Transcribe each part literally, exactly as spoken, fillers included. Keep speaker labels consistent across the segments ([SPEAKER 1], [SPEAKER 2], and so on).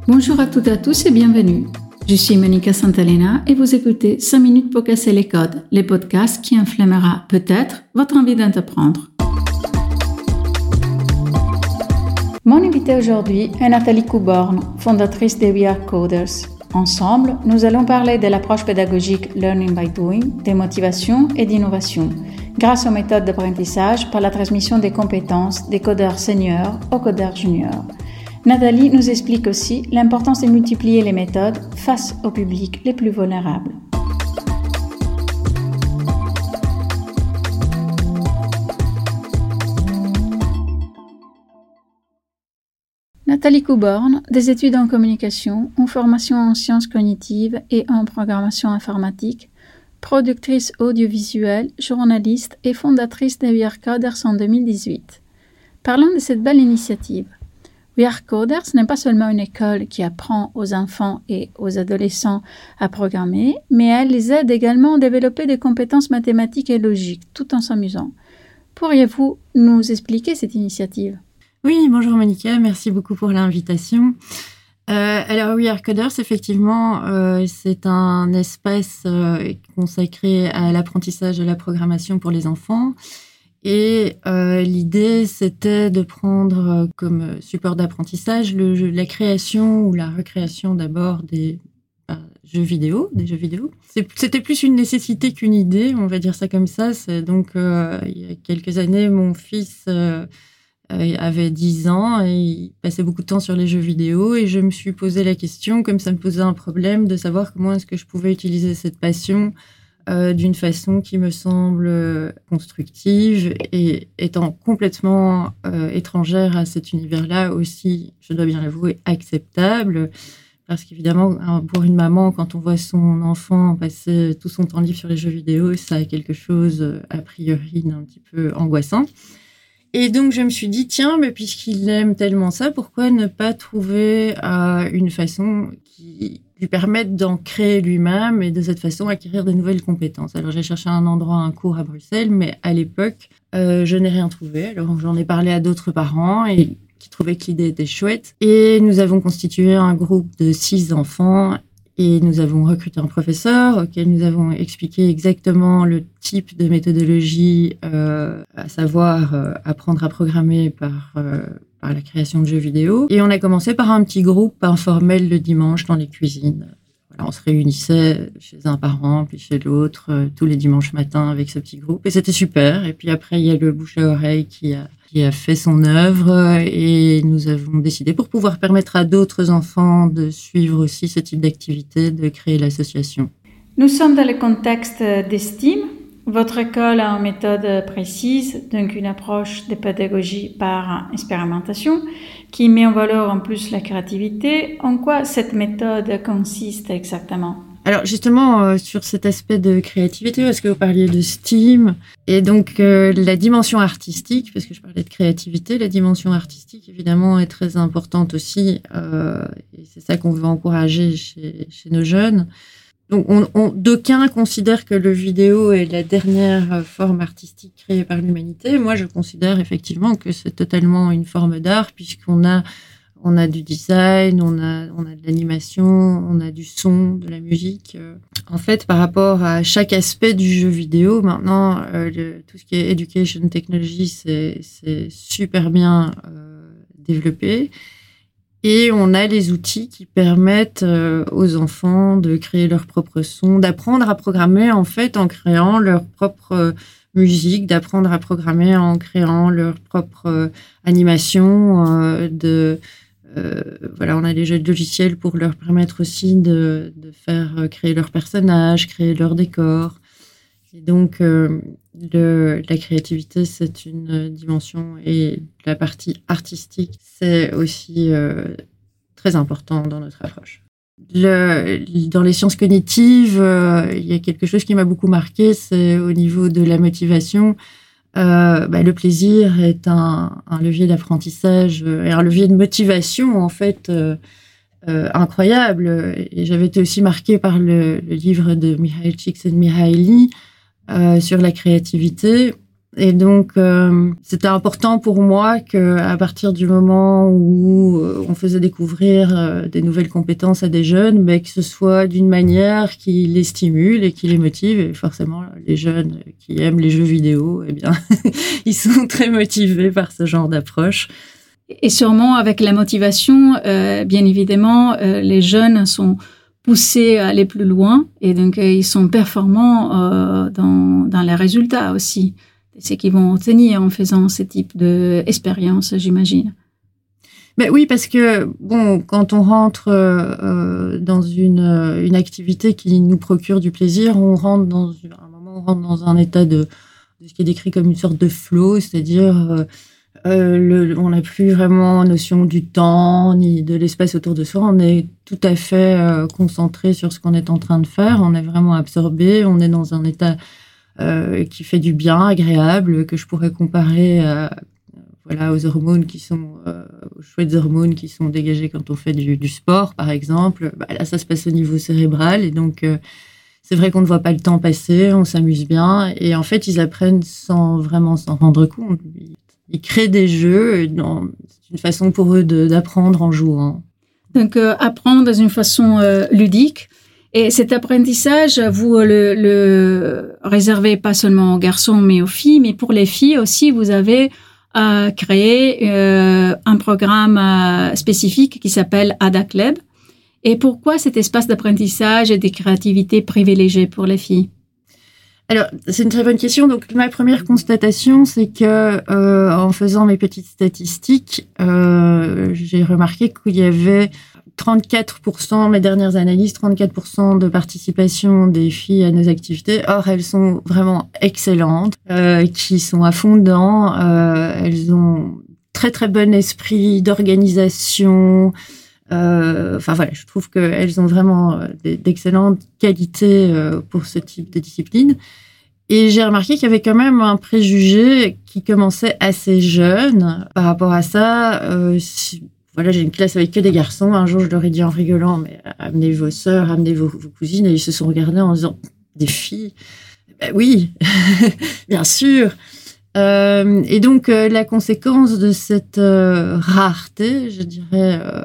[SPEAKER 1] Bonjour à toutes et à tous et bienvenue. Je suis Monica Santalena et vous écoutez cinq minutes pour casser les codes, les podcasts qui inflammera peut-être votre envie d'entreprendre. Mon invitée aujourd'hui est Nathalie Couborne, fondatrice de We Are Coders. Ensemble, nous allons parler de l'approche pédagogique Learning by Doing, des motivations et d'innovation, grâce aux méthodes d'apprentissage par la transmission des compétences des codeurs seniors aux codeurs juniors. Nathalie nous explique aussi l'importance de multiplier les méthodes face au public les plus vulnérables. Nathalie Couborne, des études en communication, une formation en sciences cognitives et en programmation informatique, productrice audiovisuelle, journaliste et fondatrice de We Are Coders en deux mille dix-huit. Parlons de cette belle initiative. We Are Coders n'est pas seulement une école qui apprend aux enfants et aux adolescents à programmer, mais elle les aide également à développer des compétences mathématiques et logiques, tout en s'amusant. Pourriez-vous nous expliquer cette initiative ?
[SPEAKER 2] Oui, bonjour Monica, merci beaucoup pour l'invitation. Euh, alors We Are Coders, effectivement, euh, c'est un espace euh, consacré à l'apprentissage de la programmation pour les enfants. Et euh, l'idée, c'était de prendre euh, comme support d'apprentissage le jeu, la création ou la recréation d'abord des euh, jeux vidéo, des jeux vidéo. C'est, c'était plus une nécessité qu'une idée, on va dire ça comme ça. C'est donc euh, il y a quelques années, mon fils euh, euh, avait dix ans et il passait beaucoup de temps sur les jeux vidéo et je me suis posé la question, comme ça me posait un problème, de savoir comment est-ce que je pouvais utiliser cette passion Euh, d'une façon qui me semble euh, constructive et étant complètement euh, étrangère à cet univers-là aussi, je dois bien l'avouer, acceptable. Parce qu'évidemment, pour une maman, quand on voit son enfant passer tout son temps libre sur les jeux vidéo, ça a quelque chose, a priori, d'un petit peu angoissant. Et donc, je me suis dit, tiens, mais puisqu'il aime tellement ça, pourquoi ne pas trouver euh, une façon qui lui permette d'en créer lui-même et de cette façon acquérir de nouvelles compétences. Alors, j'ai cherché un endroit, un cours à Bruxelles, mais à l'époque, euh, je n'ai rien trouvé. Alors, j'en ai parlé à d'autres parents et qui trouvaient que l'idée était chouette. Et nous avons constitué un groupe de six enfants et nous avons recruté un professeur auquel nous avons expliqué exactement le type de méthodologie, euh, à savoir euh, apprendre à programmer par, euh, par la création de jeux vidéo. Et on a commencé par un petit groupe informel le dimanche dans les cuisines. Voilà, on se réunissait chez un parent, puis chez l'autre, euh, tous les dimanches matins avec ce petit groupe. Et c'était super. Et puis après, il y a le bouche à oreille qui a qui a fait son œuvre et nous avons décidé, pour pouvoir permettre à d'autres enfants de suivre aussi ce type d'activité, de créer l'association.
[SPEAKER 1] Nous sommes dans le contexte d'Esteam. Votre école a une méthode précise, donc une approche de pédagogie par expérimentation qui met en valeur en plus la créativité. En quoi cette méthode consiste exactement ?
[SPEAKER 2] Alors justement, euh, sur cet aspect de créativité, parce que vous parliez de STEAM, et donc euh, la dimension artistique, parce que je parlais de créativité, la dimension artistique évidemment est très importante aussi, euh, et c'est ça qu'on veut encourager chez, chez nos jeunes. Donc on, on, d'aucuns considèrent que le vidéo est la dernière forme artistique créée par l'humanité. Moi, je considère effectivement que c'est totalement une forme d'art, puisqu'on a On a du design, on a, on a de l'animation, on a du son, de la musique. En fait, par rapport à chaque aspect du jeu vidéo, maintenant, euh, le, tout ce qui est education technology, c'est, c'est super bien euh, développé. Et on a les outils qui permettent euh, aux enfants de créer leur propre son, d'apprendre à programmer, en fait, en créant leur propre euh, musique, d'apprendre à programmer en créant leur propre euh, animation, euh, de... Euh, voilà, on a les jeux de logiciels pour leur permettre aussi de, de faire créer leurs personnages, créer leurs décors. Et donc, euh, le, la créativité, c'est une dimension et la partie artistique, c'est aussi euh, très important dans notre approche. Le, dans les sciences cognitives, euh, il y a quelque chose qui m'a beaucoup marqué, c'est au niveau de la motivation. Euh, bah, le plaisir est un, un levier d'apprentissage et un levier de motivation en fait euh, euh, incroyable. Et j'avais été aussi marquée par le, le livre de Mihaly Csikszentmihalyi euh, sur la créativité. Et donc, euh, c'était important pour moi que, à partir du moment où euh, on faisait découvrir euh, des nouvelles compétences à des jeunes, mais que ce soit d'une manière qui les stimule et qui les motive. Et forcément, les jeunes qui aiment les jeux vidéo, eh bien, ils sont très motivés par ce genre d'approche.
[SPEAKER 1] Et sûrement, avec la motivation, euh, bien évidemment, euh, les jeunes sont poussés à aller plus loin et donc euh, ils sont performants euh, dans, dans les résultats aussi. C'est ce qu'ils vont obtenir en faisant ce type d'expérience, j'imagine.
[SPEAKER 2] Ben oui, parce que bon, quand on rentre euh, dans une, une activité qui nous procure du plaisir, on rentre dans à un moment, on rentre dans un état de, de ce qui est décrit comme une sorte de flow, c'est-à-dire euh, euh, le, on n'a plus vraiment notion du temps ni de l'espace autour de soi. On est tout à fait euh, concentré sur ce qu'on est en train de faire. On est vraiment absorbé. On est dans un état Euh, qui fait du bien, agréable, que je pourrais comparer à, voilà, aux hormones qui sont, euh, aux chouettes hormones qui sont dégagées quand on fait du, du sport, par exemple. Bah, là, ça se passe au niveau cérébral. Et donc, euh, c'est vrai qu'on ne voit pas le temps passer, on s'amuse bien. Et en fait, ils apprennent sans vraiment s'en rendre compte. Ils, ils créent des jeux. C'est une façon pour eux de, d'apprendre en jouant.
[SPEAKER 1] Donc, euh, apprendre dans une façon euh, ludique. Et cet apprentissage, vous le, le réservez pas seulement aux garçons, mais aux filles. Mais pour les filles aussi, vous avez euh, créé euh, un programme euh, spécifique qui s'appelle Ada Club. Et pourquoi cet espace d'apprentissage et de créativité privilégié pour les filles?
[SPEAKER 2] Alors, c'est une très bonne question. Donc, ma première constatation, c'est que euh, en faisant mes petites statistiques, euh, j'ai remarqué qu'il y avait trente-quatre pour cent, mes dernières analyses, trente-quatre pour cent de participation des filles à nos activités. Or, elles sont vraiment excellentes, euh, qui sont à fond dedans. Euh, elles ont très, très bon esprit d'organisation. Euh, enfin, voilà, je trouve qu'elles ont vraiment d'excellentes qualités euh, pour ce type de discipline. Et j'ai remarqué qu'il y avait quand même un préjugé qui commençait assez jeune par rapport à ça. Euh, si, Voilà, j'ai une classe avec que des garçons. Un jour, je leur ai dit en rigolant, mais amenez vos sœurs, amenez vos, vos cousines. Et ils se sont regardés en disant, des filles? Ben oui, bien sûr. Euh, et donc, euh, la conséquence de cette euh, rareté, je dirais, euh,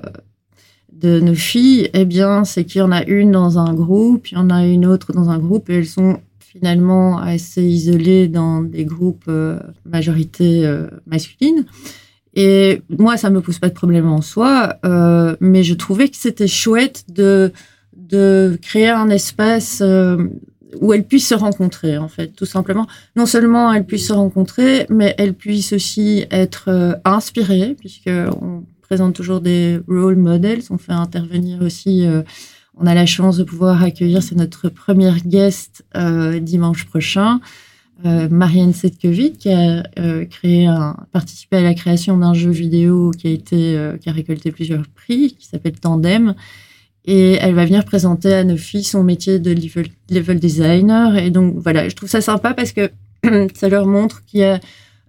[SPEAKER 2] de nos filles, eh bien, c'est qu'il y en a une dans un groupe, il y en a une autre dans un groupe, et elles sont finalement assez isolées dans des groupes euh, majorité euh, masculine. Et moi, ça me pose pas de problème en soi, euh, mais je trouvais que c'était chouette de de créer un espace euh, où elles puissent se rencontrer, en fait, tout simplement. Non seulement elles puissent se rencontrer, mais elles puissent aussi être euh, inspirées, puisque on présente toujours des role models. On fait intervenir aussi. Euh, on a la chance de pouvoir accueillir, c'est notre première guest euh, dimanche prochain. Euh, Marianne Setkovic qui a euh, créé un, participé à la création d'un jeu vidéo qui a été euh, qui a récolté plusieurs prix, qui s'appelle Tandem, et elle va venir présenter à nos filles son métier de level, level designer. Et donc voilà, je trouve ça sympa parce que ça leur montre qu'il y a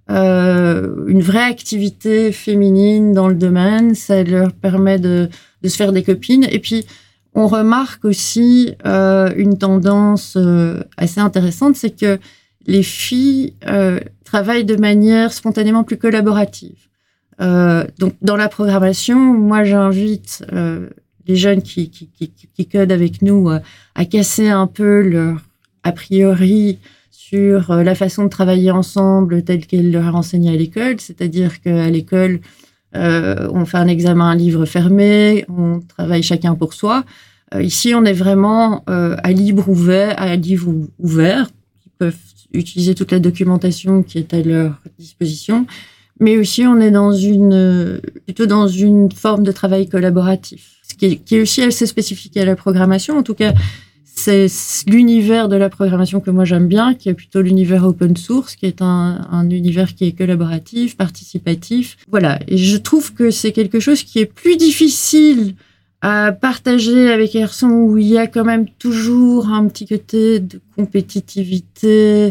[SPEAKER 2] euh, une vraie activité féminine dans le domaine. Ça leur permet de de se faire des copines. Et puis on remarque aussi euh, une tendance euh, assez intéressante, c'est que les filles euh, travaillent de manière spontanément plus collaborative. Euh, donc, dans la programmation, moi, j'invite euh, les jeunes qui, qui, qui, qui codent avec nous euh, à casser un peu leur a priori sur euh, la façon de travailler ensemble telle qu'elle leur a enseigné à l'école. C'est-à-dire qu'à l'école, euh, on fait un examen à livre fermé, on travaille chacun pour soi. Euh, ici, on est vraiment euh, à libre ouvert, à livre ouvert. Ils peuvent utiliser toute la documentation qui est à leur disposition, mais aussi on est dans une plutôt dans une forme de travail collaboratif, ce qui est, qui est aussi assez spécifique à la programmation. En tout cas, c'est l'univers de la programmation que moi j'aime bien, qui est plutôt l'univers open source, qui est un, un univers qui est collaboratif, participatif. Voilà, et je trouve que c'est quelque chose qui est plus difficile à partager avec les garçons, où il y a quand même toujours un petit côté de compétitivité,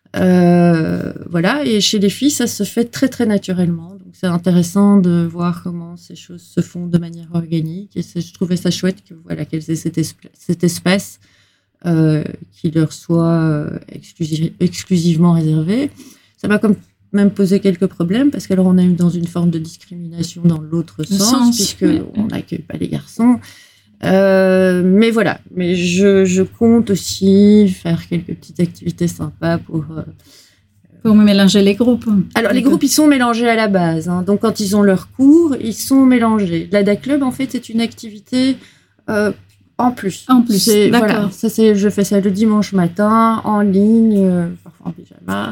[SPEAKER 2] euh, voilà. Et chez les filles, ça se fait très très naturellement. Donc c'est intéressant de voir comment ces choses se font de manière organique. Et je trouvais ça chouette que voilà qu'elles aient cet, esp- cet espace euh, qui leur soit euh, exclusi- exclusivement réservé. ça m'a comme même posé quelques problèmes parce qu'alors on est dans une forme de discrimination dans l'autre sens,
[SPEAKER 1] sens
[SPEAKER 2] puisque
[SPEAKER 1] oui.
[SPEAKER 2] on n'accueille pas les garçons. Euh, mais voilà, mais je, je compte aussi faire quelques petites activités sympas pour... Euh,
[SPEAKER 1] pour mélanger les groupes.
[SPEAKER 2] Alors, les groupes, ils sont mélangés à la base. Hein. Donc, quand ils ont leurs cours, ils sont mélangés. La D A C Club, en fait, c'est une activité euh, en plus.
[SPEAKER 1] En plus,
[SPEAKER 2] c'est,
[SPEAKER 1] d'accord.
[SPEAKER 2] Voilà, ça, c'est, je fais ça le dimanche matin, en ligne, euh, parfois en pyjama.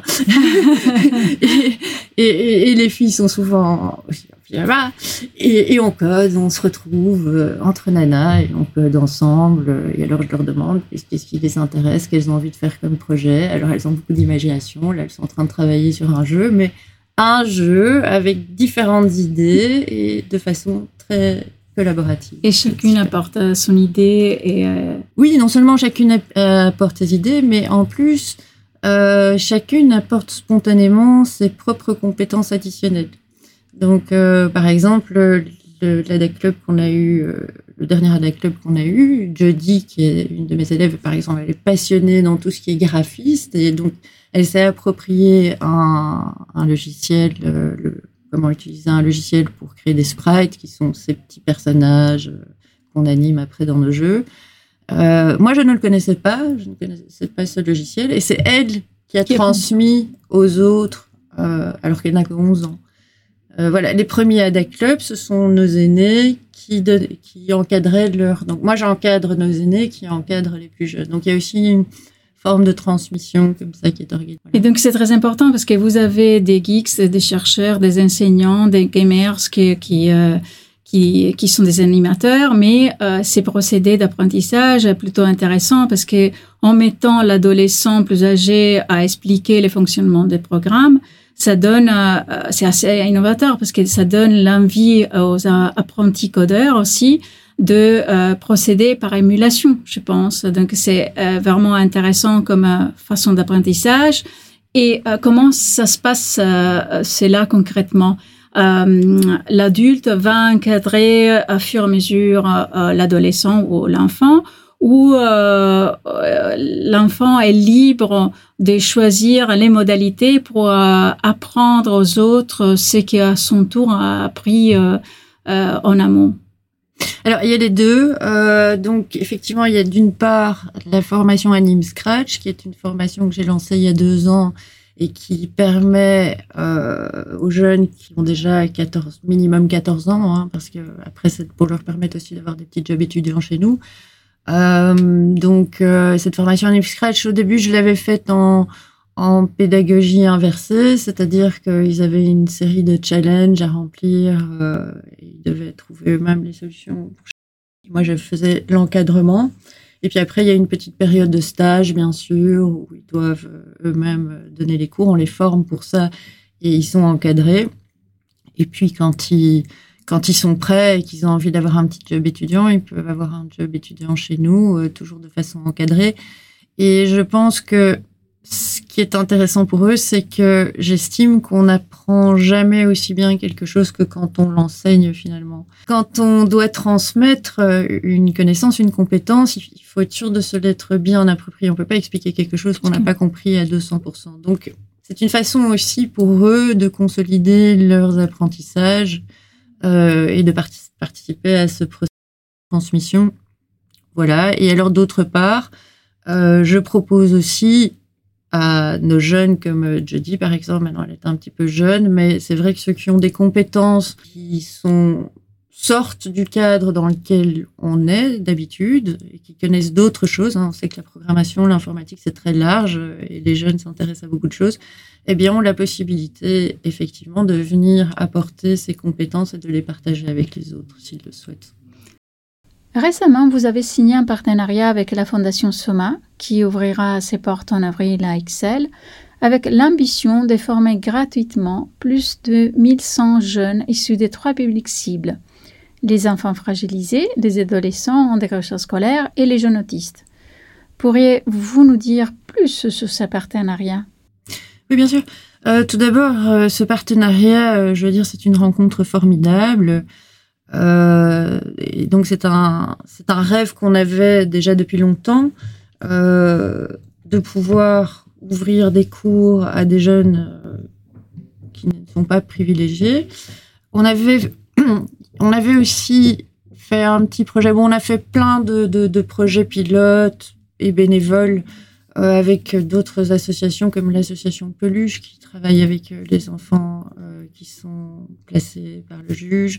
[SPEAKER 2] et, et, et les filles sont souvent aussi en pyjama. Et, et on code, on se retrouve euh, entre nanas et on code ensemble. Et alors, je leur demande qu'est-ce qui les intéresse, qu'elles ont envie de faire comme projet. Alors, elles ont beaucoup d'imagination. Là, elles sont en train de travailler sur un jeu, mais un jeu avec différentes idées et de façon très collaborative.
[SPEAKER 1] Et chacune apporte son idée et... Euh...
[SPEAKER 2] Oui, non seulement chacune apporte ses idées, mais en plus, euh, chacune apporte spontanément ses propres compétences additionnelles. Donc, euh, par exemple, le, l'A D A C Club qu'on a eu, euh, le dernier A D A C Club qu'on a eu, Jodie, qui est une de mes élèves, par exemple, elle est passionnée dans tout ce qui est graphiste, et donc elle s'est approprié un, un logiciel, euh, le, comment utiliser un logiciel pour créer des sprites, qui sont ces petits personnages euh, qu'on anime après dans nos jeux. Euh, moi, je ne le connaissais pas, je ne connaissais pas ce logiciel, et c'est elle qui a qui transmis aux autres, euh, alors qu'elle n'a que onze ans. Euh, voilà, les premiers A D A C Club, ce sont nos aînés qui, de, qui encadraient leur... Donc, moi, j'encadre nos aînés qui encadrent les plus jeunes. Donc, il y a aussi une forme de transmission comme ça qui est organisée. Voilà.
[SPEAKER 1] Et donc, c'est très important parce que vous avez des geeks, des chercheurs, des enseignants, des gamers qui, qui, euh, qui, qui sont des animateurs, mais euh, ces procédés d'apprentissage est plutôt intéressant parce que en mettant l'adolescent plus âgé à expliquer les fonctionnements des programmes, ça donne, euh, c'est assez innovateur parce que ça donne l'envie aux apprentis codeurs aussi de euh, procéder par émulation, je pense. Donc, c'est euh, vraiment intéressant comme euh, façon d'apprentissage. Et euh, comment ça se passe, euh, c'est là concrètement. Euh, l'adulte va encadrer à fur et à mesure euh, l'adolescent ou l'enfant, où euh, l'enfant est libre de choisir les modalités pour euh, apprendre aux autres ce qu'à son tour a appris euh, euh, en amont.
[SPEAKER 2] Alors, il y a les deux. Euh, donc, effectivement, il y a d'une part la formation Anime Scratch, qui est une formation que j'ai lancée il y a deux ans et qui permet euh, aux jeunes qui ont déjà quatorze, minimum quatorze ans, hein, parce que après, c'est pour leur permettre aussi d'avoir des petits jobs étudiants chez nous. Euh, donc, euh, cette formation Anime Scratch, au début, je l'avais faite en, en pédagogie inversée, c'est-à-dire qu'ils avaient une série de challenges à remplir, euh, et ils devaient trouver eux-mêmes les solutions. Moi, je faisais l'encadrement. Et puis après, il y a une petite période de stage, bien sûr, où ils doivent eux-mêmes donner les cours. On les forme pour ça et ils sont encadrés. Et puis, quand ils... Quand ils sont prêts et qu'ils ont envie d'avoir un petit job étudiant, ils peuvent avoir un job étudiant chez nous, euh, toujours de façon encadrée. Et je pense que ce qui est intéressant pour eux, c'est que j'estime qu'on n'apprend jamais aussi bien quelque chose que quand on l'enseigne finalement. Quand on doit transmettre une connaissance, une compétence, il faut être sûr de se l'être bien approprié. On ne peut pas expliquer quelque chose qu'on n'a pas compris à deux cents pour cent. Donc, c'est une façon aussi pour eux de consolider leurs apprentissages. Euh, et de partic- participer à ce processus de transmission. Voilà. Et alors, d'autre part, euh, je propose aussi à nos jeunes comme Jodie, par exemple, maintenant elle est un petit peu jeune, mais c'est vrai que ceux qui ont des compétences qui sont sortent du cadre dans lequel on est d'habitude et qui connaissent d'autres choses, hein, on sait que la programmation, l'informatique, c'est très large et les jeunes s'intéressent à beaucoup de choses, eh bien, ont la possibilité, effectivement, de venir apporter ces compétences et de les partager avec les autres, s'ils le souhaitent.
[SPEAKER 1] Récemment, vous avez signé un partenariat avec la Fondation Soma, qui ouvrira ses portes en avril à Ixelles, avec l'ambition de former gratuitement plus de mille cent jeunes issus des trois publics cibles, les enfants fragilisés, les adolescents en décrochage scolaire et les jeunes autistes. Pourriez-vous nous dire plus sur ce partenariat ?
[SPEAKER 2] Oui, bien sûr. Euh, tout d'abord, euh, ce partenariat, euh, je veux dire, c'est une rencontre formidable. Euh, et donc, c'est un, c'est un rêve qu'on avait déjà depuis longtemps, euh, de pouvoir ouvrir des cours à des jeunes qui ne sont pas privilégiés. On avait, on avait aussi fait un petit projet. Bon, on a fait plein de, de, de projets pilotes et bénévoles euh, avec d'autres associations comme l'association Peluche qui travaille avec les enfants euh, qui sont placés par le juge.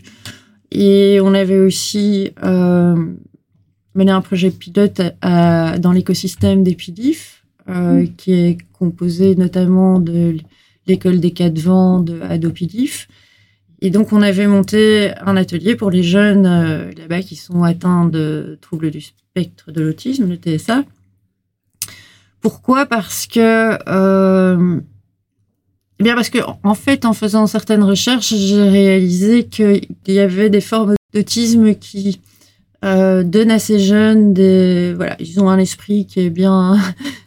[SPEAKER 2] Et on avait aussi euh, mené un projet pilote à, à, dans l'écosystème des P I D I F, euh, mmh. qui est composé notamment de l'école des quatre vents de Ado P I D I F. Et donc, on avait monté un atelier pour les jeunes euh, là-bas qui sont atteints de troubles du spectre de l'autisme, le T S A. Pourquoi ? Parce que... Euh, Eh bien, parce que, en fait, en faisant certaines recherches, j'ai réalisé qu'il y avait des formes d'autisme qui euh, donnent à ces jeunes des, voilà, ils ont un esprit qui est bien,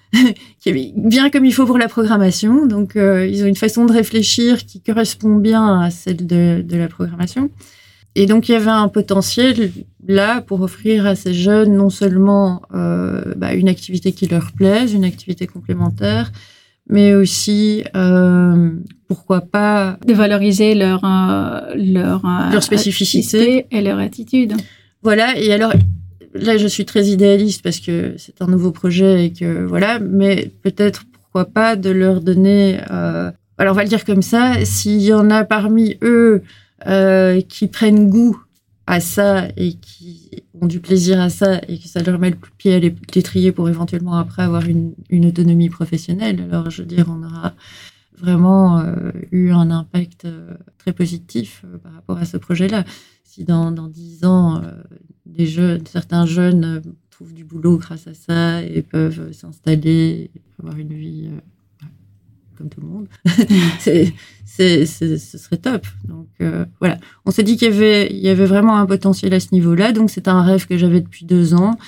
[SPEAKER 2] qui est bien comme il faut pour la programmation. Donc, euh, ils ont une façon de réfléchir qui correspond bien à celle de, de la programmation. Et donc, il y avait un potentiel là pour offrir à ces jeunes non seulement euh, bah, une activité qui leur plaise, une activité complémentaire, mais aussi, euh, pourquoi pas...
[SPEAKER 1] de valoriser leur, euh, leur, euh,
[SPEAKER 2] leur spécificité
[SPEAKER 1] et leur attitude.
[SPEAKER 2] Voilà, et alors, là, je suis très idéaliste parce que c'est un nouveau projet et que, voilà, mais peut-être, pourquoi pas, de leur donner... Euh, alors, on va le dire comme ça, s'il y en a parmi eux euh, qui prennent goût à ça et qui ont du plaisir à ça et que ça leur met le pied à l'étrier pour éventuellement après avoir une, une autonomie professionnelle. Alors, je veux dire, on aura vraiment euh, eu un impact euh, très positif euh, par rapport à ce projet-là. Si dans, dans dix ans, euh, des jeunes, certains jeunes euh, trouvent du boulot grâce à ça et peuvent s'installer, avoir une vie euh, comme tout le monde, c'est, c'est, c'est, ce serait top. Donc euh, voilà, on s'est dit qu'il y avait, il y avait vraiment un potentiel à ce niveau-là. Donc c'est un rêve que j'avais depuis deux ans.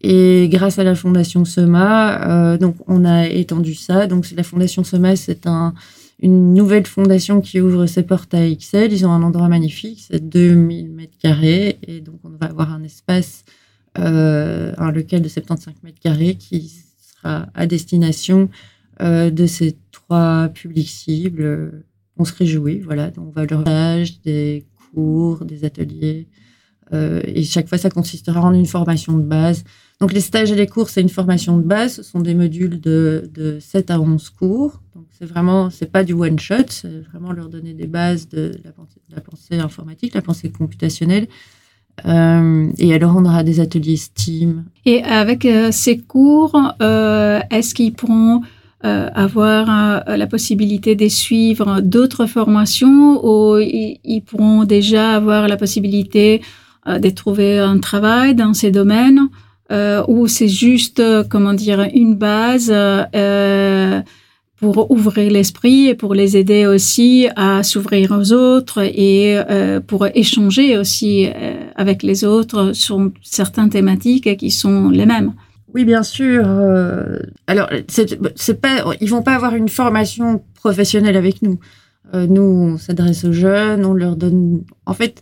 [SPEAKER 2] Et grâce à la Fondation Soma, euh, donc on a étendu ça. Donc c'est la Fondation Soma, c'est un, une nouvelle fondation qui ouvre ses portes à Ixelles. Ils ont un endroit magnifique, c'est deux mille mètres carrés. Et donc on va avoir un espace, euh, un local de soixante-quinze mètres carrés qui sera à destination euh, de ces trois publics cibles. On se réjouit, voilà. Donc on va leur stage, des cours, des ateliers. Euh, et chaque fois, ça consistera en une formation de base. Donc, les stages et les cours, c'est une formation de base. Ce sont des modules de, de sept à onze cours. Donc, c'est vraiment, c'est pas du one shot. C'est vraiment leur donner des bases de la pensée, de la pensée informatique, la pensée computationnelle. Euh, et alors, on aura des ateliers STEAM.
[SPEAKER 1] Et avec euh, ces cours, euh, est-ce qu'ils pourront euh, avoir euh, la possibilité de suivre d'autres formations ou ils, ils pourront déjà avoir la possibilité de trouver un travail dans ces domaines, euh, ou c'est juste, euh, comment dire, une base euh, pour ouvrir l'esprit et pour les aider aussi à s'ouvrir aux autres et euh, pour échanger aussi euh, avec les autres sur certaines thématiques qui sont les mêmes.
[SPEAKER 2] Oui, bien sûr. Euh, alors, c'est, c'est pas, ils vont pas avoir une formation professionnelle avec nous. Euh, nous, on s'adresse aux jeunes, on leur donne, en fait,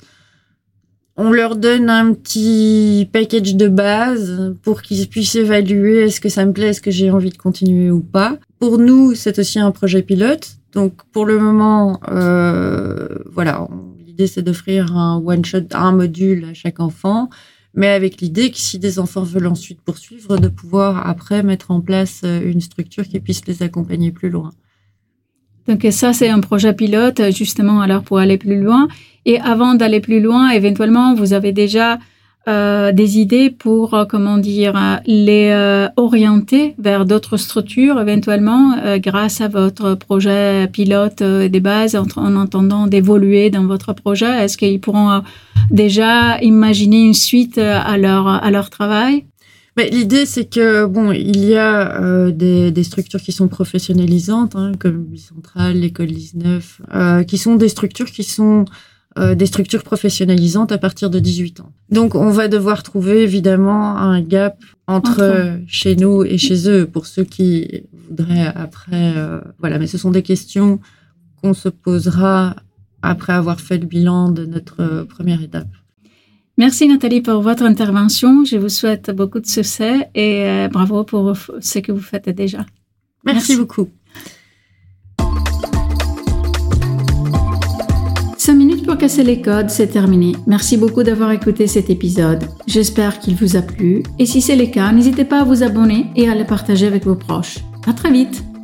[SPEAKER 2] on leur donne un petit package de base pour qu'ils puissent évaluer est-ce que ça me plaît, est-ce que j'ai envie de continuer ou pas. Pour nous, c'est aussi un projet pilote. Donc, pour le moment, euh, voilà, on, l'idée, c'est d'offrir un one-shot, un module à chaque enfant, mais avec l'idée que si des enfants veulent ensuite poursuivre, de pouvoir après mettre en place une structure qui puisse les accompagner plus loin.
[SPEAKER 1] Donc ça, c'est un projet pilote, justement, alors pour aller plus loin. Et avant d'aller plus loin, éventuellement, vous avez déjà euh, des idées pour, euh, comment dire, les euh, orienter vers d'autres structures, éventuellement, euh, grâce à votre projet pilote euh, des bases, en, en entendant d'évoluer dans votre projet. Est-ce qu'ils pourront euh, déjà imaginer une suite à leur, à leur travail ?
[SPEAKER 2] Mais l'idée, c'est que bon, il y a euh, des, des structures qui sont professionnalisantes, hein, comme Bicentrale, l'école dix-neuf, euh, qui sont des structures qui sont euh, des structures professionnalisantes à partir de dix-huit ans. Donc, on va devoir trouver évidemment un gap entre, entre... chez nous et chez eux pour ceux qui voudraient après. Euh, voilà, mais ce sont des questions qu'on se posera après avoir fait le bilan de notre euh, première étape.
[SPEAKER 1] Merci Nathalie pour votre intervention. Je vous souhaite beaucoup de succès et euh, bravo pour ce que vous faites déjà.
[SPEAKER 2] Merci, Merci. beaucoup.
[SPEAKER 1] Minutes pour casser les codes, c'est terminé. Merci beaucoup d'avoir écouté cet épisode. J'espère qu'il vous a plu et si c'est le cas, n'hésitez pas à vous abonner et à le partager avec vos proches. À très vite!